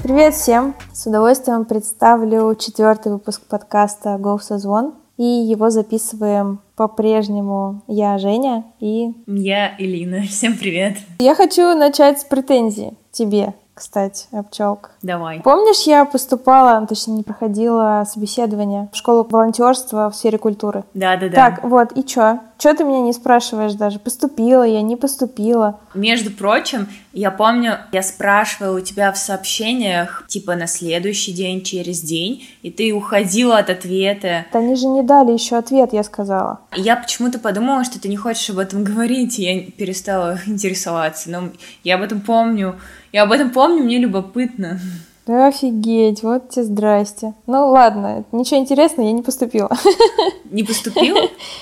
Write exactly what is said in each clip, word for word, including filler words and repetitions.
Привет всем! С удовольствием представлю четвертый выпуск подкаста Go Созвон. И его записываем по-прежнему я, Женя, и... Я, Элина. Всем привет! Я хочу начать с претензий тебе, кстати, о пчелках. Давай. Помнишь, я поступала, точнее, не проходила собеседование в школу волонтерства в сфере культуры? Да-да-да. Так, вот, и чё? Чё ты меня не спрашиваешь даже? Поступила я, не поступила? Между прочим, я помню, я спрашивала у тебя в сообщениях, типа, на следующий день, через день, и ты уходила от ответа. Да они же не дали еще ответ, я сказала. И я почему-то подумала, что ты не хочешь об этом говорить, и я перестала интересоваться. Но я об этом помню. Я об этом помню, мне любопытно. Да офигеть, вот тебе здрасте. Ну ладно, ничего интересного, я не поступила. Не поступила?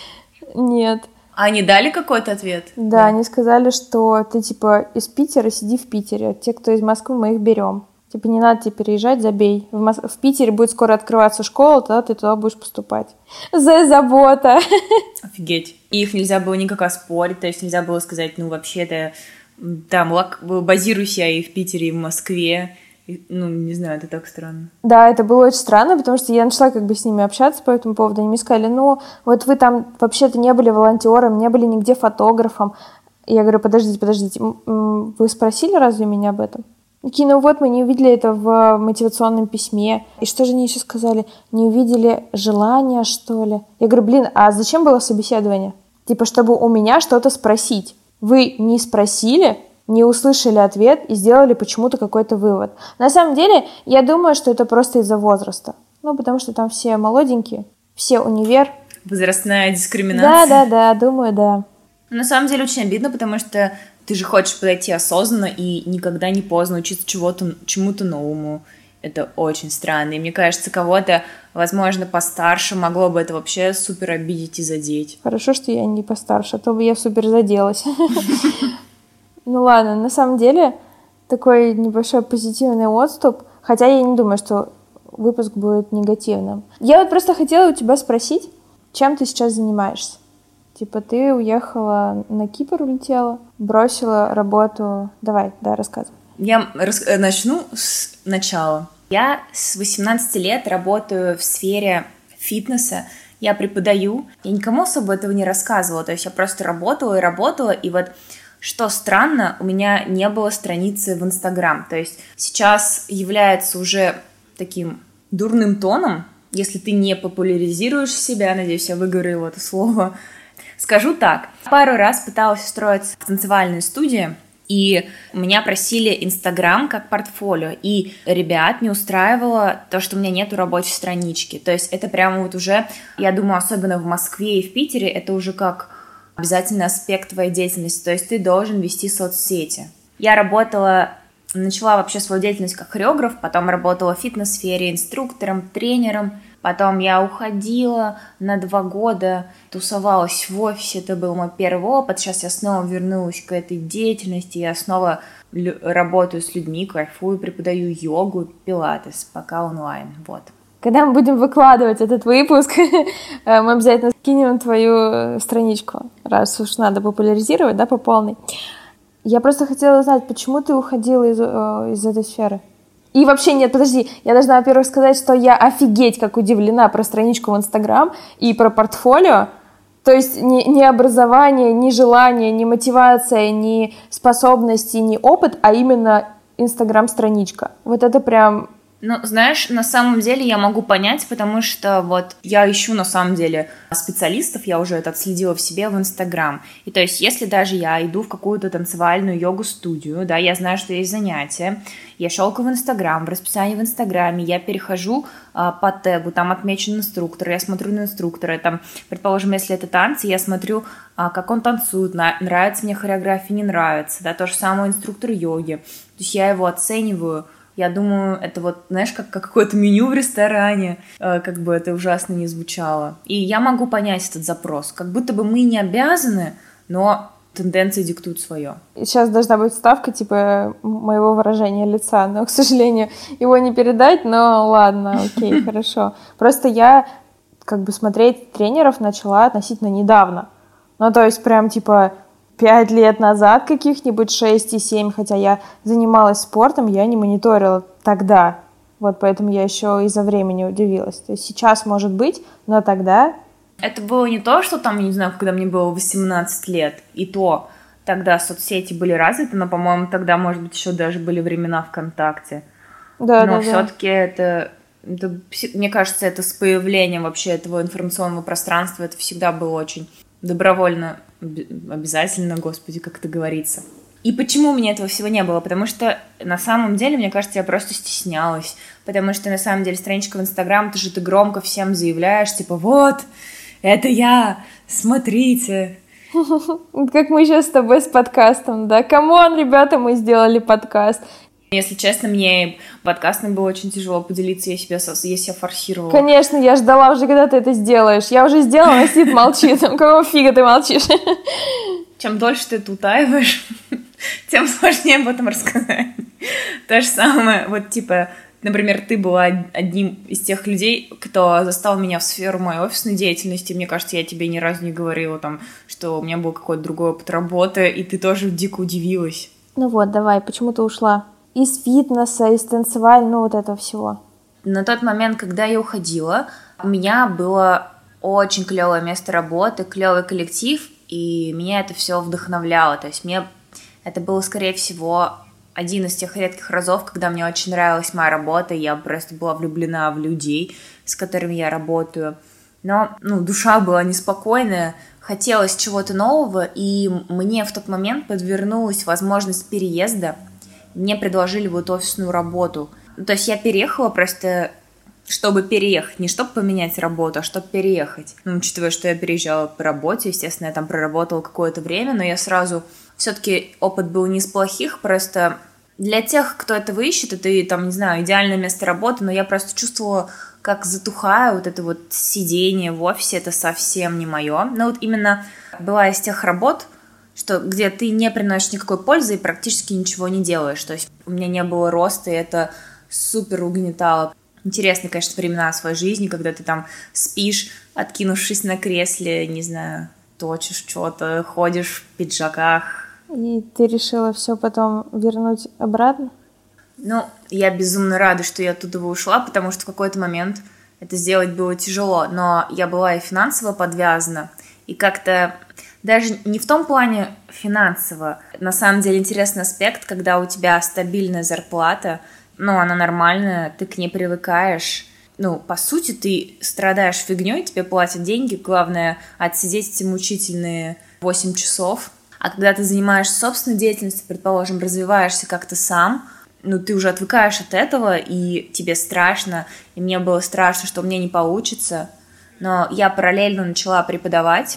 Нет. А они дали какой-то ответ? Да, да, они сказали, что ты, типа, из Питера, сиди в Питере. А те, кто из Москвы, мы их берем. Типа, не надо тебе переезжать, забей. В, Мос... в Питере будет скоро открываться школа, тогда ты туда будешь поступать. За забота. Офигеть. И их нельзя было никак оспорить, то есть нельзя было сказать, ну, вообще-то, там, базируюсь я и в Питере, и в Москве. Ну, не знаю, это так странно. Да, это было очень странно, потому что я начала как бы с ними общаться по этому поводу. Они мне сказали, ну, вот вы там вообще-то не были волонтером, не были нигде фотографом. Я говорю, подождите, подождите, вы спросили разве меня об этом? Такие, ну вот, мы не увидели это в мотивационном письме. И что же они еще сказали? Не увидели желания, что ли? Я говорю, блин, а зачем было собеседование? Типа, чтобы у меня что-то спросить. Вы не спросили, не услышали ответ и сделали почему-то какой-то вывод. На самом деле, я думаю, что это просто из-за возраста. Ну, потому что там все молоденькие, все универ. Возрастная дискриминация. Да-да-да, думаю, да. На самом деле очень обидно, потому что ты же хочешь подойти осознанно, и никогда не поздно учиться чего-то, чему-то новому. Это очень странно. И мне кажется, кого-то, возможно, постарше могло бы это вообще супер обидеть и задеть. Хорошо, что я не постарше, а то бы я супер заделась. Ну ладно, на самом деле такой небольшой позитивный отступ, хотя я не думаю, что выпуск будет негативным. Я вот просто хотела у тебя спросить, чем ты сейчас занимаешься? Типа ты уехала на Кипр, улетела, бросила работу. Давай, да, рассказывай. Я рас... начну с начала. Я с восемнадцати лет работаю в сфере фитнеса. Я преподаю. Я никому особо этого не рассказывала. То есть я просто работала и работала, и вот что странно, у меня не было страницы в Инстаграм. То есть сейчас является уже таким дурным тоном, если ты не популяризируешь себя, надеюсь, я выговорила это слово. Скажу так, пару раз пыталась устроиться в танцевальной студии, и меня просили Инстаграм как портфолио, и ребят не устраивало то, что у меня нету рабочей странички. То есть это прямо вот уже, я думаю, особенно в Москве и в Питере, это уже как обязательный аспект твоей деятельности, то есть ты должен вести соцсети. Я работала, начала вообще свою деятельность как хореограф, потом работала в фитнес-сфере инструктором, тренером, потом я уходила на два года, тусовалась в офисе, это был мой первый опыт, сейчас я снова вернулась к этой деятельности, я снова лю- работаю с людьми, кайфую, преподаю йогу, пилатес, пока онлайн, вот. Когда мы будем выкладывать этот выпуск, мы обязательно скинем твою страничку, раз уж надо популяризировать, да, по полной. Я просто хотела узнать, почему ты уходила из, из этой сферы? И вообще, нет, подожди, я должна, во-первых, сказать, что я офигеть как удивлена про страничку в Инстаграм и про портфолио. То есть ни, ни образование, ни желание, ни мотивация, ни способности, ни опыт, а именно Инстаграм-страничка. Вот это прям... Ну, знаешь, на самом деле я могу понять, потому что вот я ищу на самом деле специалистов, я уже это отследила в себе в Инстаграм. И то есть, если даже я иду в какую-то танцевальную йогу-студию, да, я знаю, что есть занятия, я щелкаю в Инстаграм, в расписании в Инстаграме, я перехожу а, по тегу, там отмечен инструктор, я смотрю на инструктора, там, предположим, если это танцы, я смотрю, а, как он танцует, на, нравится мне хореография, не нравится, да, то же самое инструктор йоги, то есть я его оцениваю. Я думаю, это вот, знаешь, как, как какое-то меню в ресторане, э, как бы это ужасно не звучало. И я могу понять этот запрос. Как будто бы мы не обязаны, но тенденции диктуют свое. Сейчас должна быть вставка, типа, моего выражения лица, но, к сожалению, его не передать, но ладно, окей, хорошо. Просто я, как бы, смотреть тренеров начала относительно недавно. Ну, то есть, прям, типа, пять лет назад, каких-нибудь шесть и семь, хотя я занималась спортом, я не мониторила тогда. Вот поэтому я еще из-за времени удивилась. То есть сейчас может быть, но тогда... Это было не то, что там, я не знаю, когда мне было восемнадцать лет, и то тогда соцсети были развиты, но, по-моему, тогда, может быть, еще даже были времена ВКонтакте. Да, но да, все-таки да. это, это, мне кажется, это с появлением вообще этого информационного пространства, это всегда было очень добровольно, обязательно, господи, как это говорится. И почему у меня этого всего не было? Потому что на самом деле, мне кажется, я просто стеснялась. Потому что на самом деле страничка в Инстаграм, ты же ты громко всем заявляешь, типа, вот, это я, смотрите. Как мы сейчас с тобой с подкастом, да? Камон, ребята, мы сделали подкаст. Если честно, мне подкастом было очень тяжело поделиться, я себя, я себя форсировала. Конечно, я ждала уже, когда ты это сделаешь. Я уже сделала, а Сид молчит. Какого фига ты молчишь? Чем дольше ты это утаиваешь, тем сложнее об этом рассказать. То же самое, вот типа, например, ты была одним из тех людей, кто застал меня в сферу моей офисной деятельности. Мне кажется, я тебе ни разу не говорила, там, что у меня был какой-то другой опыт работы, и ты тоже дико удивилась. Ну вот, давай, почему ты ушла? Из фитнеса, из танцевального, ну вот этого всего. На тот момент, когда я уходила, у меня было очень клевое место работы, клевый коллектив, и меня это все вдохновляло. То есть мне это было, скорее всего, один из тех редких разов, когда мне очень нравилась моя работа, я просто была влюблена в людей, с которыми я работаю. Но ну, душа была неспокойная, хотелось чего-то нового, и мне в тот момент подвернулась возможность переезда. Мне предложили вот офисную работу. То есть я переехала просто, чтобы переехать. Не чтобы поменять работу, а чтобы переехать. Ну, учитывая, что я переезжала по работе, естественно, я там проработала какое-то время, но я сразу... Все-таки опыт был не из плохих, просто для тех, кто этого ищет, это, там, не знаю, идеальное место работы, но я просто чувствовала, как затухаю, вот это вот сидение в офисе, это совсем не мое. Но вот именно была из тех работ, что где ты не приносишь никакой пользы и практически ничего не делаешь. То есть у меня не было роста, и это супер угнетало. Интересные, конечно, времена своей жизни, когда ты там спишь, откинувшись на кресле, не знаю, точишь что-то, ходишь в пиджаках. И ты решила все потом вернуть обратно? Ну, я безумно рада, что я оттуда ушла, потому что в какой-то момент это сделать было тяжело, но я была и финансово подвязана, и как-то даже не в том плане финансово. На самом деле интересный аспект, когда у тебя стабильная зарплата, ну, она нормальная, ты к ней привыкаешь. Ну, по сути, ты страдаешь фигней, тебе платят деньги, главное отсидеть эти мучительные восемь часов. А когда ты занимаешься собственной деятельностью, предположим, развиваешься как-то сам, ну, ты уже отвыкаешь от этого, и тебе страшно, и мне было страшно, что у меня не получится. Но я параллельно начала преподавать,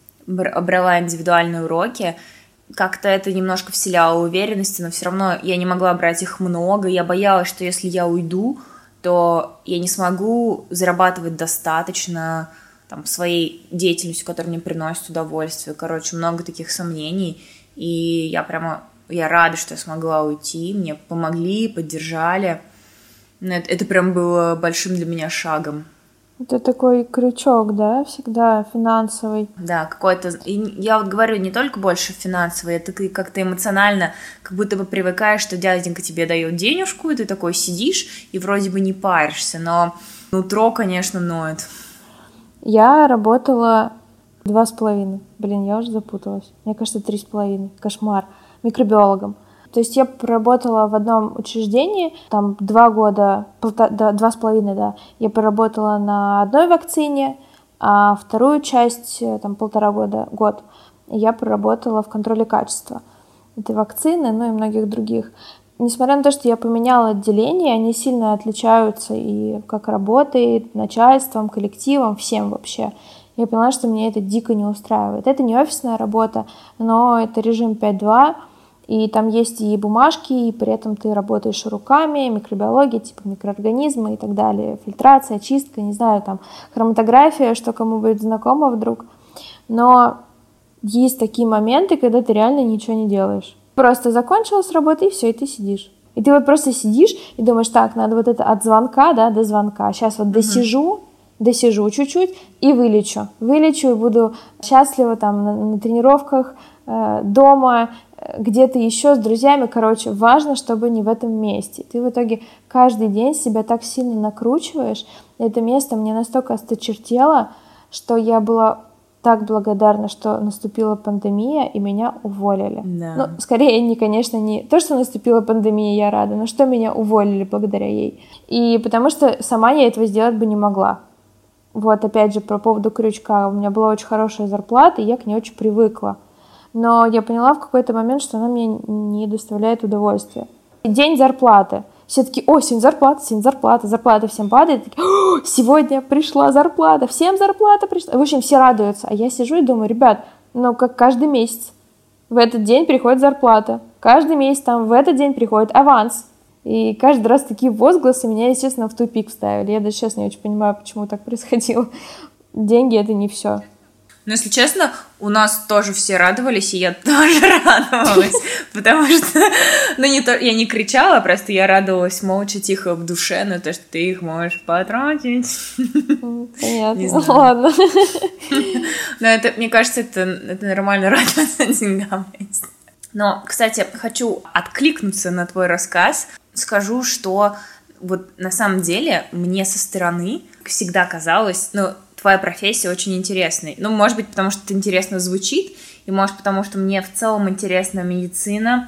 брала индивидуальные уроки, как-то это немножко вселяло уверенности, но все равно я не могла брать их много, я боялась, что если я уйду, то я не смогу зарабатывать достаточно там, своей деятельностью, которая мне приносит удовольствие. Короче, много таких сомнений, и я прямо, я рада, что я смогла уйти, мне помогли, поддержали. Это, это прям было большим для меня шагом. Это такой крючок, да, всегда финансовый. Да, какой-то... И я вот говорю, не только больше финансовый, это ты как-то эмоционально, как будто бы привыкаешь, что дяденька тебе дает денежку, и ты такой сидишь и вроде бы не паришься, но нутро, конечно, ноет. Я работала два с половиной. Блин, я уже запуталась. Мне кажется, три с половиной. Кошмар. Микробиологом. То есть я проработала в одном учреждении, там два года, полта, да, два с половиной, да, я проработала на одной вакцине, а вторую часть, там полтора года, год, я проработала в контроле качества этой вакцины, ну и многих других. Несмотря на то, что я поменяла отделение, они сильно отличаются и как работает, начальством, коллективом, всем вообще. Я поняла, что меня это дико не устраивает. Это не офисная работа, но это режим пять два, и там есть и бумажки, и при этом ты работаешь руками, микробиология, типа микроорганизмы и так далее, фильтрация, чистка, не знаю, там хроматография, что кому будет знакомо вдруг. Но есть такие моменты, когда ты реально ничего не делаешь. Просто закончила с работы, и все, и ты сидишь. И ты вот просто сидишь и думаешь, так, надо вот это от звонка, да, до звонка. Сейчас вот досижу, досижу чуть-чуть и вылечу. Вылечу и буду счастлива там на, на тренировках э, дома, где-то еще с друзьями, короче, важно, чтобы не в этом месте. Ты в итоге каждый день себя так сильно накручиваешь. Это место мне настолько осточертело, что я была так благодарна, что наступила пандемия, и меня уволили. Да. Ну, скорее, не, конечно, не то, что наступила пандемия, я рада, но что меня уволили благодаря ей. И потому что сама я этого сделать бы не могла. Вот, опять же, по поводу крючка. У меня была очень хорошая зарплата, и я к ней очень привыкла. Но я поняла в какой-то момент, что она мне не доставляет удовольствия. День зарплаты. Все такие: о, сегодня зарплата, сегодня зарплата, зарплата всем падает. Такие: о, сегодня пришла зарплата, всем зарплата пришла. В общем, все радуются. А я сижу и думаю: ребят, ну как каждый месяц. В этот день приходит зарплата. Каждый месяц там в этот день приходит аванс. И каждый раз такие возгласы меня, естественно, в тупик ставили. Я даже сейчас не очень понимаю, почему так происходило. Деньги — это не все. Ну, если честно, у нас тоже все радовались, и я тоже радовалась, потому что, ну, не то, я не кричала, просто я радовалась молча, тихо в душе, на то, что ты их можешь потратить. Понятно, ладно. Но это, мне кажется, это, это нормально радоваться деньгам. Но, кстати, хочу откликнуться на твой рассказ. Скажу, что вот на самом деле мне со стороны всегда казалось, ну, твоя профессия очень интересной. Ну, может быть, потому что это интересно звучит, и может, потому что мне в целом интересна медицина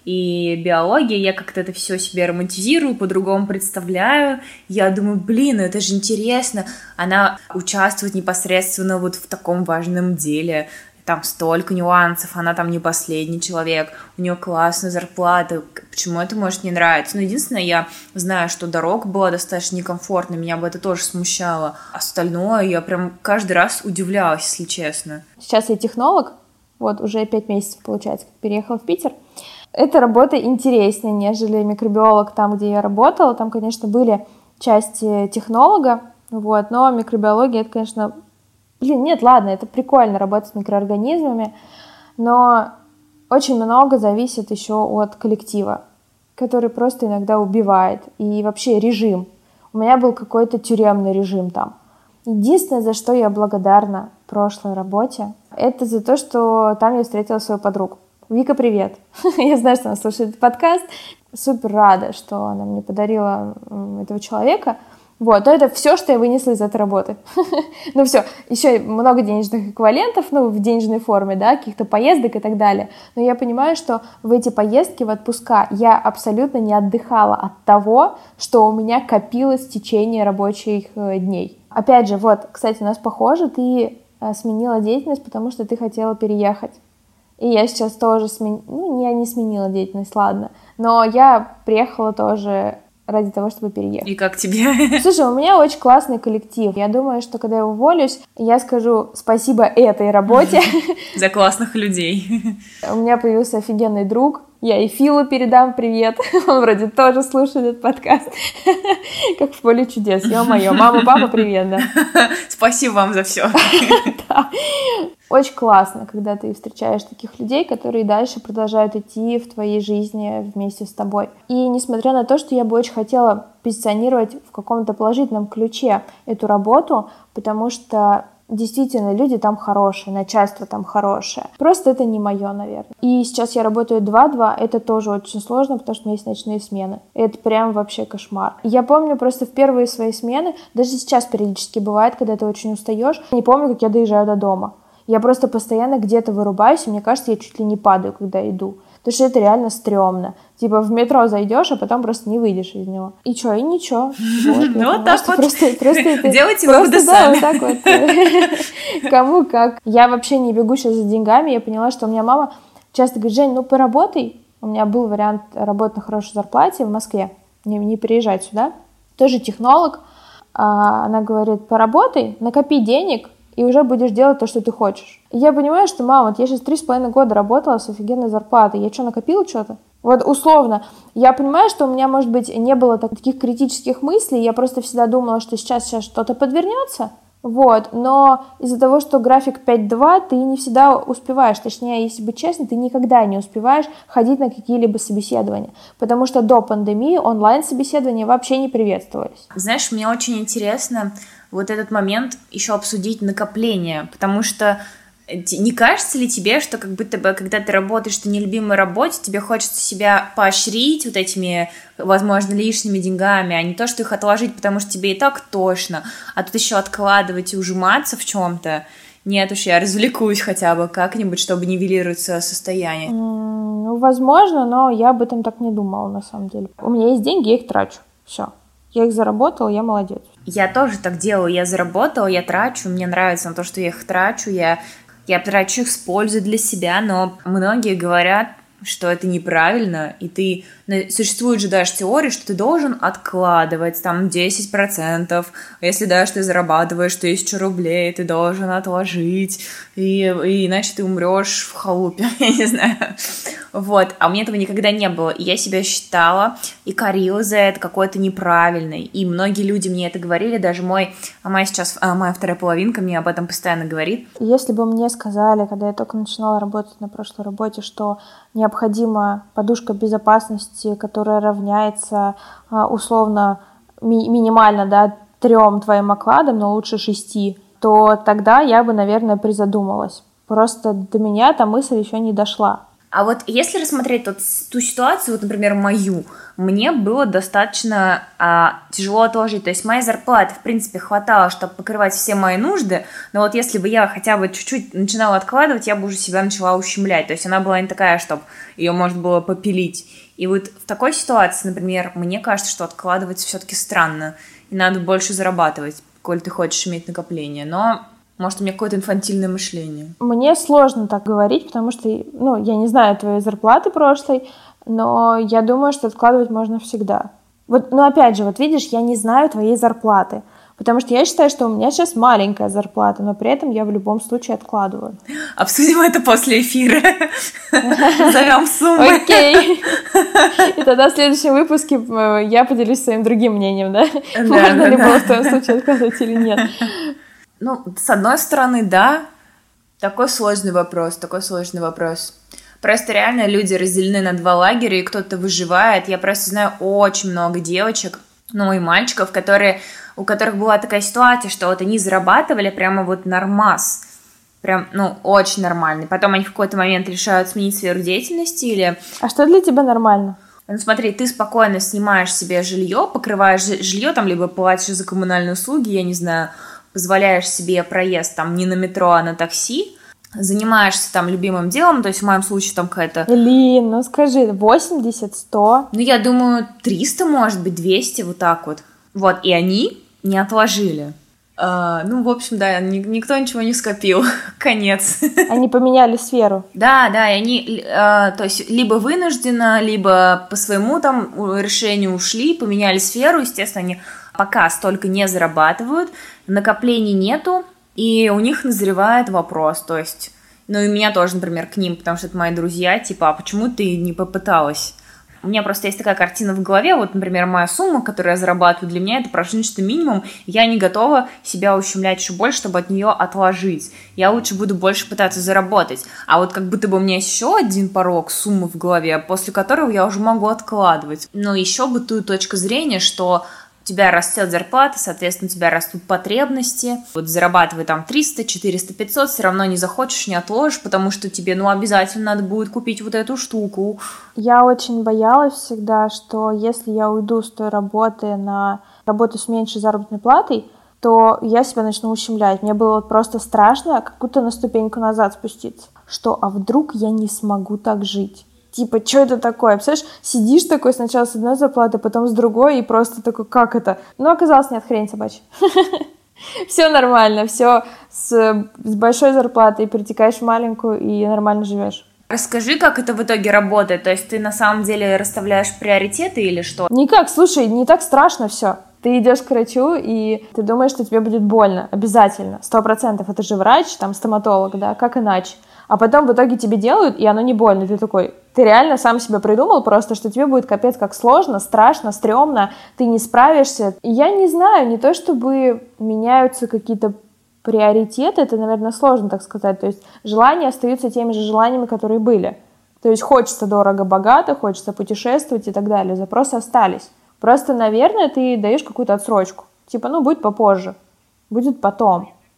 и биология. Я как-то это все себе романтизирую, по-другому представляю. Я думаю, блин, ну это же интересно. Она участвует непосредственно вот в таком важном деле. Там столько нюансов, она там не последний человек, у нее классная зарплата, почему это может не нравиться? Ну, единственное, я знаю, что дорога была достаточно некомфортной, меня бы это тоже смущало. Остальное я прям каждый раз удивлялась, если честно. Сейчас я технолог, вот уже пять месяцев, получается, как переехала в Питер. Эта работа интереснее, нежели микробиолог там, где я работала. Там, конечно, были части технолога, вот, но микробиология — это, конечно... Блин, нет, ладно, это прикольно работать с микроорганизмами, но очень много зависит еще от коллектива, который просто иногда убивает. И вообще режим. У меня был какой-то тюремный режим там. Единственное, за что я благодарна прошлой работе, это за то, что там я встретила свою подругу. Вика, привет! Я знаю, что она слушает этот подкаст. Супер рада, что она мне подарила этого человека. Вот, но это все, что я вынесла из этой работы. Ну все, еще много денежных эквивалентов, ну, в денежной форме, да, каких-то поездок и так далее. Но я понимаю, что в эти поездки, в отпуска, я абсолютно не отдыхала от того, что у меня копилось в течение рабочих дней. Опять же, вот, кстати, у нас похоже, ты сменила деятельность, потому что ты хотела переехать. И я сейчас тоже сменила, ну, я не сменила деятельность, ладно, но я приехала тоже ради того, чтобы переехать. И как тебе? Слушай, у меня очень классный коллектив. Я думаю, что когда я уволюсь, я скажу спасибо этой работе. За классных людей. У меня появился офигенный друг. Я и Филу передам привет. Он вроде тоже слушает этот подкаст. Как в поле чудес. Ё-моё, мама, папа, привет, да. Спасибо вам за все. Да. Очень классно, когда ты встречаешь таких людей, которые дальше продолжают идти в твоей жизни вместе с тобой. И несмотря на то, что я бы очень хотела позиционировать в каком-то положительном ключе эту работу, потому что действительно люди там хорошие, начальство там хорошее. Просто это не мое, наверное. И сейчас я работаю два-два, это тоже очень сложно, потому что у меня есть ночные смены. Это прям вообще кошмар. Я помню просто в первые свои смены, даже сейчас периодически бывает, когда ты очень устаешь, не помню, как я доезжаю до дома. Я просто постоянно где-то вырубаюсь, и мне кажется, я чуть ли не падаю, когда иду. Потому что это реально стрёмно. Типа в метро зайдешь, а потом просто не выйдешь из него. И чё, и ничего. Ну вот так вот. Делайте выводы сами. Да, вот так вот. Кому как. Я вообще не бегу сейчас за деньгами. Я поняла, что у меня мама часто говорит: Жень, ну поработай. У меня был вариант работать на хорошей зарплате в Москве. Не, не приезжать сюда. Тоже технолог. Она говорит: поработай, накопи денег, и уже будешь делать то, что ты хочешь. И я понимаю, что, мама, вот я сейчас три с половиной года работала с офигенной зарплатой. Я что, накопила что-то? Вот условно. Я понимаю, что у меня, может быть, не было так, таких критических мыслей. Я просто всегда думала, что сейчас, сейчас что-то подвернется. Вот. Но из-за того, что график пять-два, ты не всегда успеваешь. Точнее, если быть честным, ты никогда не успеваешь ходить на какие-либо собеседования. Потому что до пандемии онлайн-собеседования вообще не приветствовались. Знаешь, мне очень интересно вот этот момент еще обсудить накопление, потому что Не кажется ли тебе, что как будто бы, когда ты работаешь на нелюбимой работе, тебе хочется себя поощрить вот этими, возможно, лишними деньгами, а не то, что их отложить, потому что тебе и так тошно, а тут еще откладывать и ужиматься в чем-то? Нет уж, я развлекусь хотя бы как-нибудь, чтобы нивелировать свое состояние. Mm, ну, возможно, но я об этом так не думала, на самом деле. У меня есть деньги, я их трачу. Все. Я их заработала, я молодец. Я тоже так делаю. Я заработала, я трачу. Мне нравится на то, что я их трачу. Я, я трачу их с пользой для себя, но многие говорят, что это неправильно, и ты... Существует же даже теория, что ты должен откладывать там десять процентов, если даже ты зарабатываешь тысячу рублей, ты должен отложить, и, и иначе ты умрешь в халупе, я не знаю. Вот, а у меня этого никогда не было, и я себя считала и корила за это какой-то неправильной, и многие люди мне это говорили, даже мой, а моя сейчас, а моя вторая половинка мне об этом постоянно говорит. Если бы мне сказали, когда я только начинала работать на прошлой работе, что необходима подушка безопасности, которая равняется условно ми- минимально, да, трем твоим окладам, но лучше шести, то тогда я бы, наверное, призадумалась. Просто до меня эта мысль еще не дошла. А вот если рассмотреть тот, ту ситуацию, вот, например, мою, мне было достаточно а, тяжело отложить. То есть моей зарплаты, в принципе, хватало, чтобы покрывать все мои нужды, но вот если бы я хотя бы чуть-чуть начинала откладывать, я бы уже себя начала ущемлять. То есть она была не такая, чтобы ее можно было попилить. И вот в такой ситуации, например, мне кажется, что откладывать все-таки странно, и надо больше зарабатывать, коль ты хочешь иметь накопление. Но... Может, у меня какое-то инфантильное мышление. Мне сложно так говорить, потому что, ну, я не знаю твоей зарплаты прошлой, но я думаю, что откладывать можно всегда. Вот, но опять же, вот видишь, я не знаю твоей зарплаты, потому что я считаю, что у меня сейчас маленькая зарплата, но при этом я в любом случае откладываю. Обсудим это после эфира. Назовем суммы. Окей. И тогда в следующем выпуске я поделюсь своим другим мнением, да? Можно ли было в твоем случае откладывать или нет? Ну, с одной стороны, да, такой сложный вопрос, такой сложный вопрос. Просто реально люди разделены на два лагеря, и кто-то выживает. Я просто знаю очень много девочек, ну и мальчиков, которые, у которых была такая ситуация, что вот они зарабатывали прямо вот нормас, прям, ну, очень нормальный. Потом они в какой-то момент решают сменить сферу деятельности или... А что для тебя нормально? Ну, смотри, ты спокойно снимаешь себе жилье, покрываешь жилье, там, либо платишь за коммунальные услуги, я не знаю, позволяешь себе проезд там не на метро, а на такси, занимаешься там любимым делом, то есть в моем случае там какая-то... Лин, ну скажи, восемьдесят, сто? Ну, я думаю, триста, может быть, двести, вот так вот. Вот, и они не отложили. А, ну, в общем, да, ни, никто ничего не скопил. Конец. Они поменяли сферу. Да, да, и они, а, то есть, либо вынужденно, либо по своему там решению ушли, поменяли сферу, естественно, они пока столько не зарабатывают, накоплений нету, и у них назревает вопрос, то есть, ну и меня тоже, например, к ним, потому что это мои друзья, типа, а почему ты не попыталась? У меня просто есть такая картина в голове, вот, например, моя сумма, которую я зарабатываю, для меня это прожиточный минимум, я не готова себя ущемлять еще больше, чтобы от нее отложить, я лучше буду больше пытаться заработать, а вот как будто бы у меня есть еще один порог суммы в голове, после которого я уже могу откладывать, но еще бытует точка зрения, что у тебя растет зарплата, соответственно, у тебя растут потребности. Вот зарабатывай там триста, четыреста, пятьсот, все равно не захочешь, не отложишь, потому что тебе, ну, обязательно надо будет купить вот эту штуку. Я очень боялась всегда, что если я уйду с той работы на работу с меньшей заработной платой, то я себя начну ущемлять. Мне было просто страшно, как будто на ступеньку назад спуститься. Что, а вдруг я не смогу так жить? Типа, что это такое? Представляешь, сидишь такой сначала с одной зарплаты, потом с другой, и просто такой, как это? Но оказалось, нет, хрень собачья. Все нормально, все с большой зарплатой перетекаешь в маленькую и нормально живешь. Расскажи, как это в итоге работает. То есть ты на самом деле расставляешь приоритеты или что? Никак, слушай, не так страшно все. Ты идешь к врачу, и ты думаешь, что тебе будет больно. Обязательно, сто процентов. Это же врач, там, стоматолог, да, как иначе. А потом в итоге тебе делают, и оно не больно. Ты такой, ты реально сам себе придумал просто, что тебе будет капец как сложно, страшно, стрёмно, ты не справишься. И я не знаю, не то чтобы меняются какие-то приоритеты, это, наверное, сложно так сказать. То есть желания остаются теми же желаниями, которые были. То есть хочется дорого-богато, хочется путешествовать и так далее. Запросы остались. Просто, наверное, ты даешь какую-то отсрочку. Типа, ну, будет попозже, будет потом.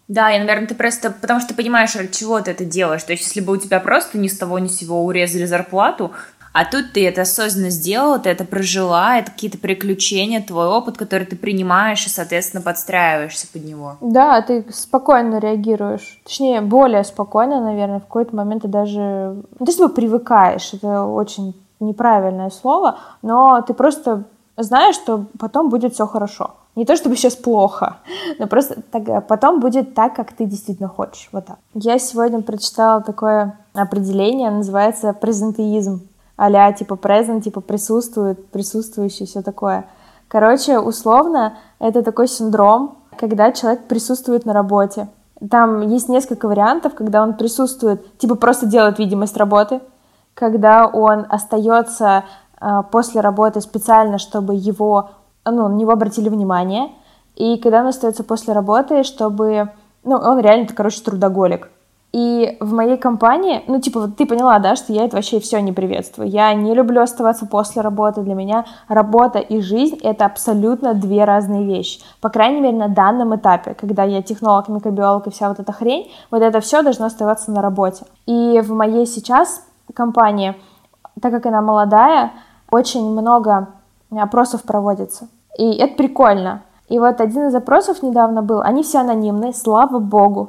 Да, и, наверное, ты просто... Потому что ты понимаешь, ради чего ты это делаешь. То есть, если бы у тебя просто ни с того ни с сего урезали зарплату, а тут ты это осознанно сделала, ты это прожила, это какие-то приключения, твой опыт, который ты принимаешь и, соответственно, подстраиваешься под него. Да, ты спокойно реагируешь. Точнее, более спокойно, наверное, в какой-то момент ты даже... Ну, ты с тобой привыкаешь, это очень неправильное слово, но ты просто знаешь, что потом будет все хорошо. Не то, чтобы сейчас плохо, но просто так, потом будет так, как ты действительно хочешь. Вот так. Я сегодня прочитала такое определение, называется презентеизм. А-ля, типа, present, типа, присутствует, присутствующий, все такое. Короче, условно, это такой синдром, когда человек присутствует на работе. Там есть несколько вариантов, когда он присутствует, типа, просто делает видимость работы, когда он остается э, после работы специально, чтобы его, ну, на него обратили внимание, и когда он остается после работы, чтобы, ну, он реально, короче, трудоголик. И в моей компании, ну, типа, вот ты поняла, да, что я это вообще все не приветствую. Я не люблю оставаться после работы. Для меня работа и жизнь — это абсолютно две разные вещи. По крайней мере, на данном этапе, когда я технолог, микробиолог и вся вот эта хрень, вот это все должно оставаться на работе. И в моей сейчас компании, так как она молодая, очень много опросов проводится. И это прикольно. И вот один из запросов недавно был, они все анонимные, слава богу.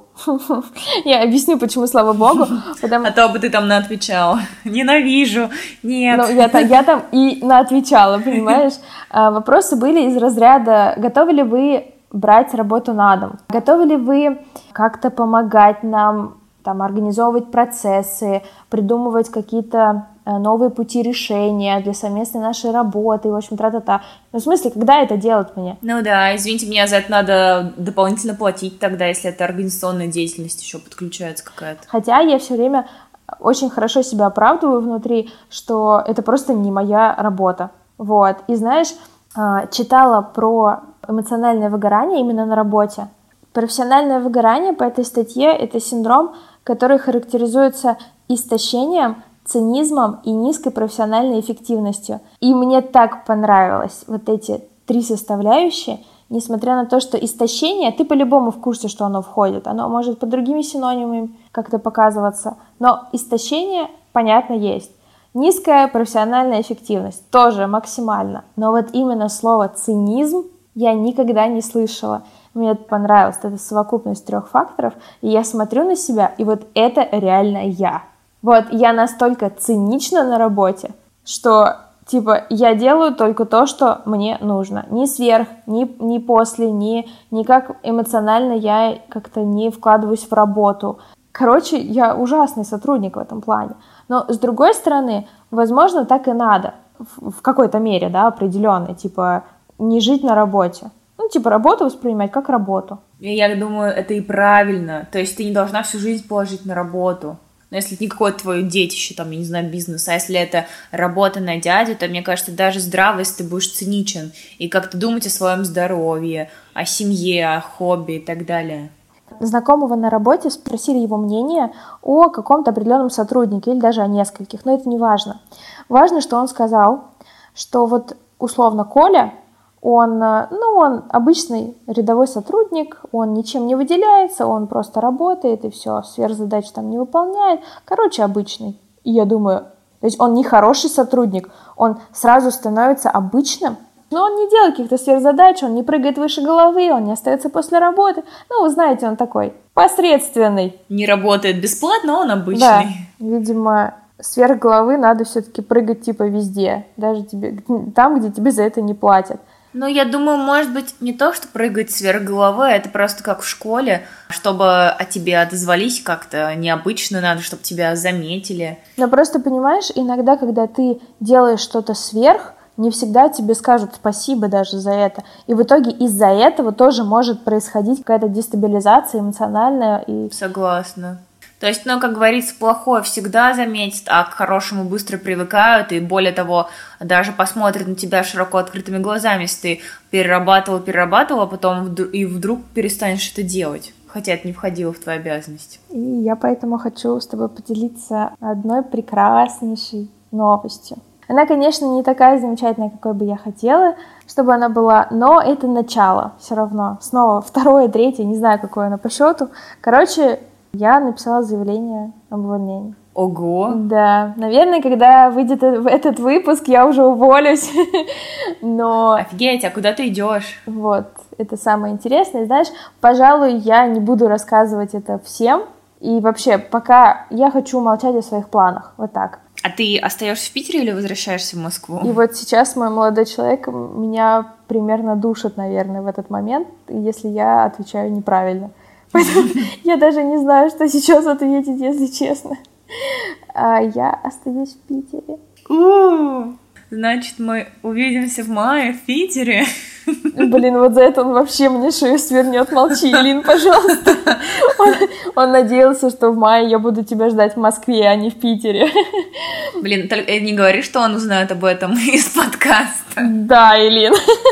Я объясню, почему слава богу. Потому... А то бы ты там наотвечала. Ненавижу, нет. Ну, я, я там и наотвечала, понимаешь? Вопросы были из разряда, готовы ли вы брать работу на дом? Готовы ли вы как-то помогать нам, там, организовывать процессы, придумывать какие-то новые пути решения для совместной нашей работы, в общем, тра-та-та. Ну, в смысле, когда это делать мне? Ну да, извините, мне за это надо дополнительно платить тогда, если это организационная деятельность еще подключается какая-то. Хотя я все время очень хорошо себя оправдываю внутри, что это просто не моя работа. Вот. И знаешь, читала про эмоциональное выгорание именно на работе. Профессиональное выгорание по этой статье — это синдром, который характеризуется истощением, цинизмом и низкой профессиональной эффективностью. И мне так понравилось вот эти три составляющие, несмотря на то, что истощение, ты по-любому в курсе, что оно входит, оно может под другими синонимами как-то показываться, но истощение, понятно, есть. Низкая профессиональная эффективность тоже максимально, но вот именно слово цинизм я никогда не слышала. Мне это понравилось, это совокупность трех факторов, и я смотрю на себя, и вот это реально я. Вот, я настолько цинична на работе, что, типа, я делаю только то, что мне нужно. Ни сверх, ни, ни после, ни, ни как эмоционально я как-то не вкладываюсь в работу. Короче, я ужасный сотрудник в этом плане. Но, с другой стороны, возможно, так и надо. В, в какой-то мере, да, определенной. Типа, не жить на работе. Ну, типа, работу воспринимать как работу. Я думаю, это и правильно. То есть ты не должна всю жизнь положить на работу. Но если это не какое-то твое детище, там, я не знаю, бизнес, а если это работа на дядю, то, мне кажется, даже здраво, если ты будешь циничен и как-то думать о своем здоровье, о семье, о хобби и так далее. Знакомого на работе спросили его мнение о каком-то определенном сотруднике или даже о нескольких, но это не важно. Важно, что он сказал, что вот условно Коля, он, ну, он обычный рядовой сотрудник, он ничем не выделяется, он просто работает и все, сверхзадач там не выполняет. Короче, обычный. И я думаю, то есть он не хороший сотрудник, он сразу становится обычным, но он не делает каких-то сверхзадач, он не прыгает выше головы, он не остается после работы. Ну, вы знаете, он такой посредственный. Не работает бесплатно, он обычный. Да, видимо, сверх головы надо все-таки прыгать типа везде, даже тебе, там, где тебе за это не платят. Ну, я думаю, может быть, не то, что прыгать сверх головы, это просто как в школе, чтобы о тебе отозвались как-то необычно, надо, чтобы тебя заметили. Но просто, понимаешь, иногда, когда ты делаешь что-то сверх, не всегда тебе скажут спасибо даже за это. И в итоге из-за этого тоже может происходить какая-то дестабилизация эмоциональная. И... Согласна. То есть, ну, как говорится, плохое всегда заметят, а к хорошему быстро привыкают, и более того, даже посмотрят на тебя широко открытыми глазами, если ты перерабатывал, перерабатывал, а потом вдруг, и вдруг перестанешь это делать, хотя это не входило в твою обязанность. И я поэтому хочу с тобой поделиться одной прекраснейшей новостью. Она, конечно, не такая замечательная, какой бы я хотела, чтобы она была, но это начало все равно. Снова второе, третье, не знаю, какое оно по счету. Короче, я написала заявление об увольнении. Ого! Да, наверное, когда выйдет этот выпуск, я уже уволюсь, но... Офигеть, а куда ты идешь? Вот, это самое интересное. Знаешь, пожалуй, я не буду рассказывать это всем, и вообще, пока я хочу молчать о своих планах, вот так. А ты остаешься в Питере или возвращаешься в Москву? И вот сейчас мой молодой человек меня примерно душит, наверное, в этот момент, если я отвечаю неправильно. Поэтому я даже не знаю, что сейчас ответить, если честно. А я остаюсь в Питере. У-у-у. Значит, мы увидимся в мае в Питере. Блин, вот за это он вообще мне шею свернет. Молчи, Лин, пожалуйста. Он, он надеялся, что в мае я буду тебя ждать в Москве, а не в Питере. Блин, только не говори, что он узнает об этом из подкаста. Да, Элин.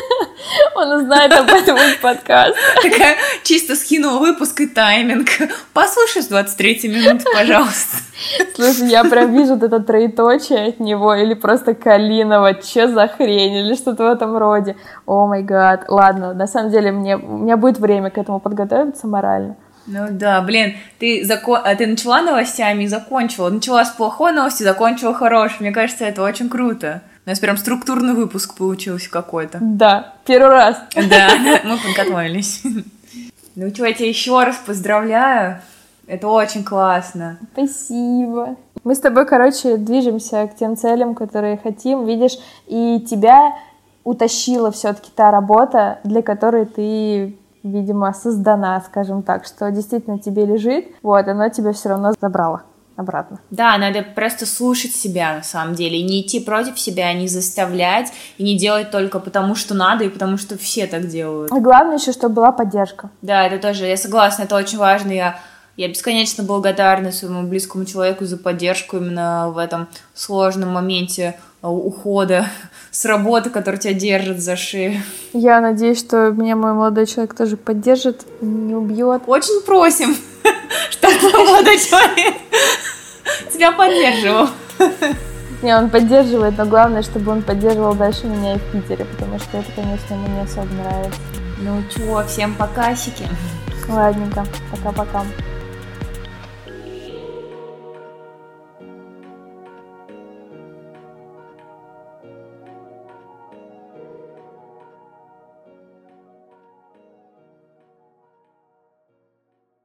Он узнает об этом из подкаста. Такая чисто скинула выпуск и тайминг. Послушай с двадцать третьей минуты, пожалуйста. Слушай, я прям вижу вот это троеточие от него, или просто Калинова, чё за хрень, или что-то в этом роде. О май гад. Ладно, на самом деле мне, у меня будет время к этому подготовиться морально. Ну да, блин, ты, закон... ты начала новостями и закончила. Начала с плохой новости, закончила хорошей. Мне кажется, это очень круто. У нас прям структурный выпуск получился какой-то. Да, первый раз. Да, мы подготовились. Ну что, я тебя еще раз поздравляю. Это очень классно. Спасибо. Мы с тобой, короче, движемся к тем целям, которые хотим, видишь, и тебя утащила все-таки та работа, для которой ты, видимо, создана, скажем так, что действительно тебе лежит, вот, оно тебя все равно забрало обратно. Да, надо просто слушать себя, на самом деле, и не идти против себя, не заставлять, и не делать только потому, что надо, и потому, что все так делают. А главное еще, чтобы была поддержка. Да, это тоже, я согласна, это очень важно, я... Я бесконечно благодарна своему близкому человеку за поддержку именно в этом сложном моменте ухода с работы, который тебя держит за шею. Я надеюсь, что меня мой молодой человек тоже поддержит, не убьет. Очень просим, чтобы твой молодой человек тебя поддерживал. Не, он поддерживает, но главное, чтобы он поддерживал дальше меня и в Питере, потому что это, конечно, ему не особо нравится. Ну чего, всем покасики. Ладненько, пока-пока.